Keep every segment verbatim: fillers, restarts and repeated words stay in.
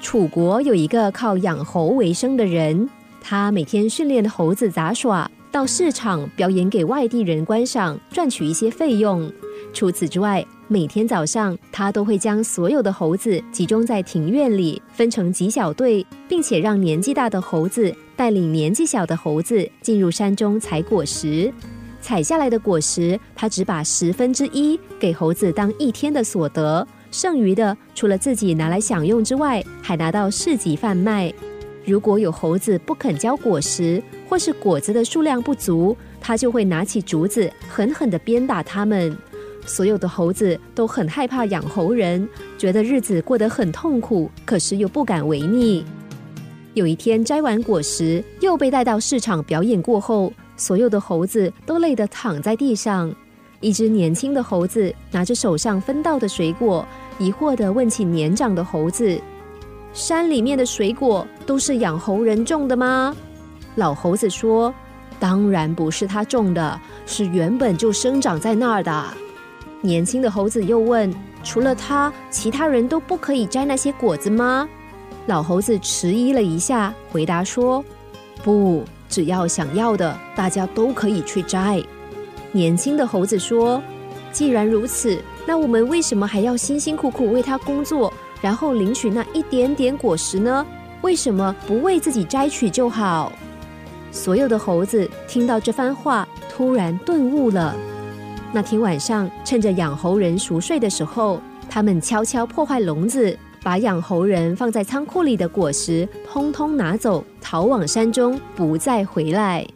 楚国有一个靠养猴为生的人，他每天训练猴子杂耍，到市场表演给外地人观赏，赚取一些费用。除此之外，每天早上他都会将所有的猴子集中在庭院里，分成几小队，并且让年纪大的猴子带领年纪小的猴子进入山中采果实。采下来的果实，他只把十分之一给猴子当一天的所得，剩余的除了自己拿来享用之外，还拿到市集贩卖。如果有猴子不肯交果实，或是果子的数量不足，他就会拿起竹子狠狠地鞭打它们。所有的猴子都很害怕养猴人，觉得日子过得很痛苦，可是又不敢违逆。有一天摘完果实，又被带到市场表演过后，所有的猴子都累得躺在地上。一只年轻的猴子拿着手上分到的水果，疑惑地问起年长的猴子：山里面的水果都是养猴人种的吗？老猴子说：当然不是他种的，是原本就生长在那儿的。年轻的猴子又问：除了他，其他人都不可以摘那些果子吗？老猴子迟疑了一下，回答说：不，只要想要的，大家都可以去摘。年轻的猴子说：既然如此，那我们为什么还要辛辛苦苦为他工作，然后领取那一点点果实呢？为什么不为自己摘取就好？所有的猴子听到这番话，突然顿悟了。那天晚上，趁着养猴人熟睡的时候，他们悄悄破坏笼子，把养猴人放在仓库里的果实通通拿走，逃往山中，不再回来。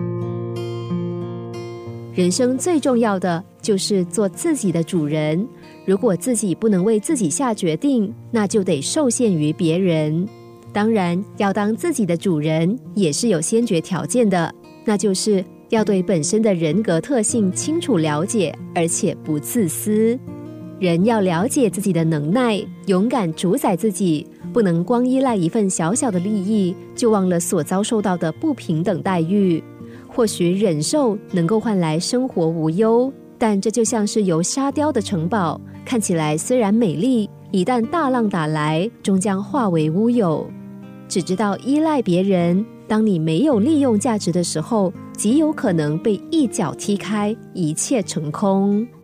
人生最重要的就是做自己的主人，如果自己不能为自己下决定，那就得受限于别人。当然，要当自己的主人也是有先决条件的，那就是要对本身的人格特性清楚了解，而且不自私。人要了解自己的能耐，勇敢主宰自己，不能光依赖一份小小的利益，就忘了所遭受到的不平等待遇。或许忍受能够换来生活无忧，但这就像是由沙雕的城堡，看起来虽然美丽，一旦大浪打来，终将化为乌有。只知道依赖别人，当你没有利用价值的时候，极有可能被一脚踢开，一切成空。